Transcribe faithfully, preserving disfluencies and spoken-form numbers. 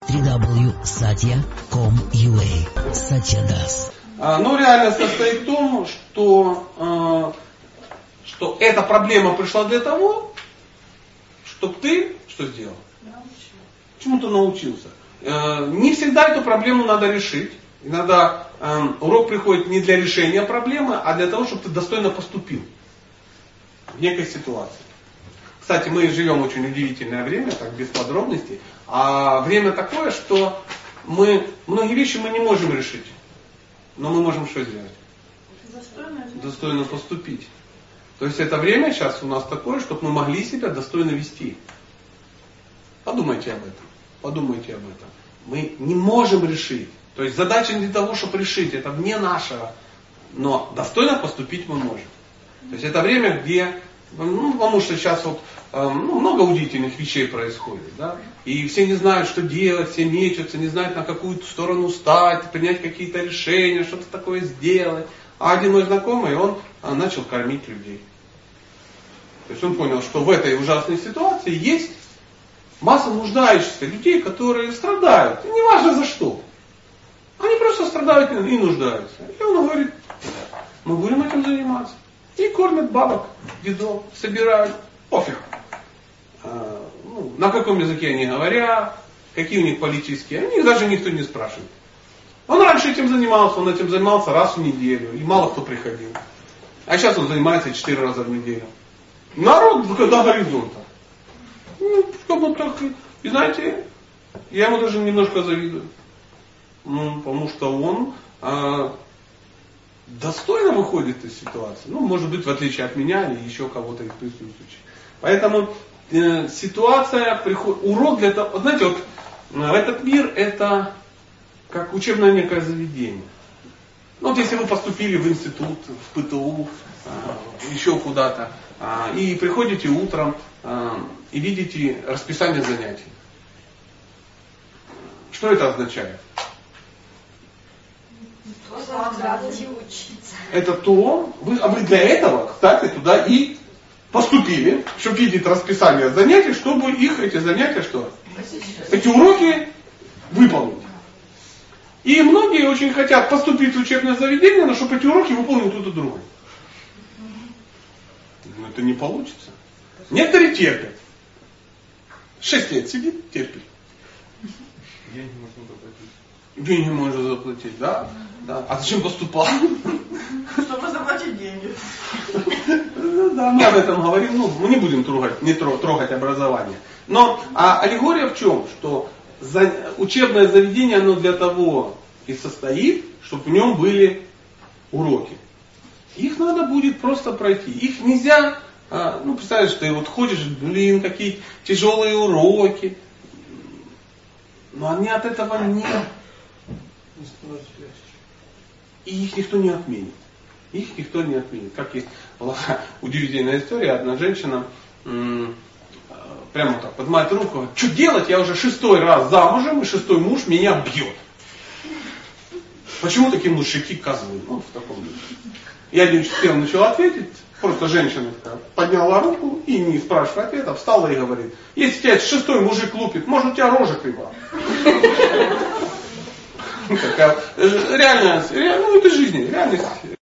три дабл ю точка сатья точка ком точка ю а. Satya Das. Но реальность состоит в том, что, что эта проблема пришла для того, чтобы ты что сделал? Чему-то научился. Не всегда эту проблему надо решить. Иногда урок приходит не для решения проблемы, а для того, чтобы ты достойно поступил в некой ситуации. Кстати, мы живем очень удивительное время, так без подробностей. А время такое, что мы многие вещи мы не можем решить. Но мы можем что сделать? Достойно, достойно поступить. То есть это время сейчас у нас такое, чтобы мы могли себя достойно вести. Подумайте об этом. Подумайте об этом. Мы не можем решить. То есть задача не для того, чтобы решить. Это вне нашего. Но достойно поступить мы можем. То есть это время, где... Ну, потому что сейчас вот ну, много удивительных вещей происходит. Да? И все не знают, что делать, все мечутся, не знают, на какую сторону стать, принять какие-то решения, что-то такое сделать. А один мой знакомый, он начал кормить людей. То есть он понял, что в этой ужасной ситуации есть масса нуждающихся людей, которые страдают. И неважно за что. Они просто страдают и нуждаются. И он говорит, мы будем этим заниматься. И кормят бабок, дедов, собирают. Пофиг. А, ну, на каком языке они говорят, какие у них политические. О них даже никто не спрашивает. Он раньше этим занимался, он этим занимался раз в неделю. И мало кто приходил. А сейчас он занимается четыре раза в неделю. Народ до горизонта. Ну, как бы так. И знаете, я ему даже немножко завидую. Ну, потому что он... А, достойно выходит из ситуации. Ну, может быть, в отличие от меня или еще кого-то из присутствующих. Поэтому э, ситуация, приход... урок для того... Вот, знаете, вот э, этот мир это как учебное некое заведение. Ну, вот если вы поступили в институт, в ПТУ, э, еще куда-то, э, и приходите утром э, и видите расписание занятий. Что это означает? Это то, вы, а вы для этого, кстати, туда и поступили, чтобы видеть расписание занятий, чтобы их, эти занятия, что? Эти уроки выполнить. И многие очень хотят поступить в учебное заведение, но чтобы эти уроки выполнил кто-то другой. Но это не получится. Некоторые терпят. Шесть лет сидит, терпит. Деньги можно заплатить. Деньги можно заплатить, да? Да. А зачем поступал? Чтобы заплатить деньги. Да, мы об этом говорим. Ну, мы не будем трогать, не трогать образование. Но а аллегория в чем? Что за, учебное заведение, оно для того и состоит, чтобы в нем были уроки. Их надо будет просто пройти. Их нельзя, а, ну, представляешь, ты вот ходишь, блин, какие тяжелые уроки. Но они от этого не... И их никто не отменит. Их никто не отменит. Как есть была удивительная история. Одна женщина м- прямо так поднимает руку, говорит, что делать? Я уже шестой раз замужем, и шестой муж меня бьет. Почему такие мужики козлы? Ну, в таком духе. Я один сел, начал ответить. Просто женщина такая подняла руку и, не спрашивая ответа, встала и говорит, если тебя шестой мужик лупит, может у тебя рожа крива. Такая реальность, ну это жизнь, реальность.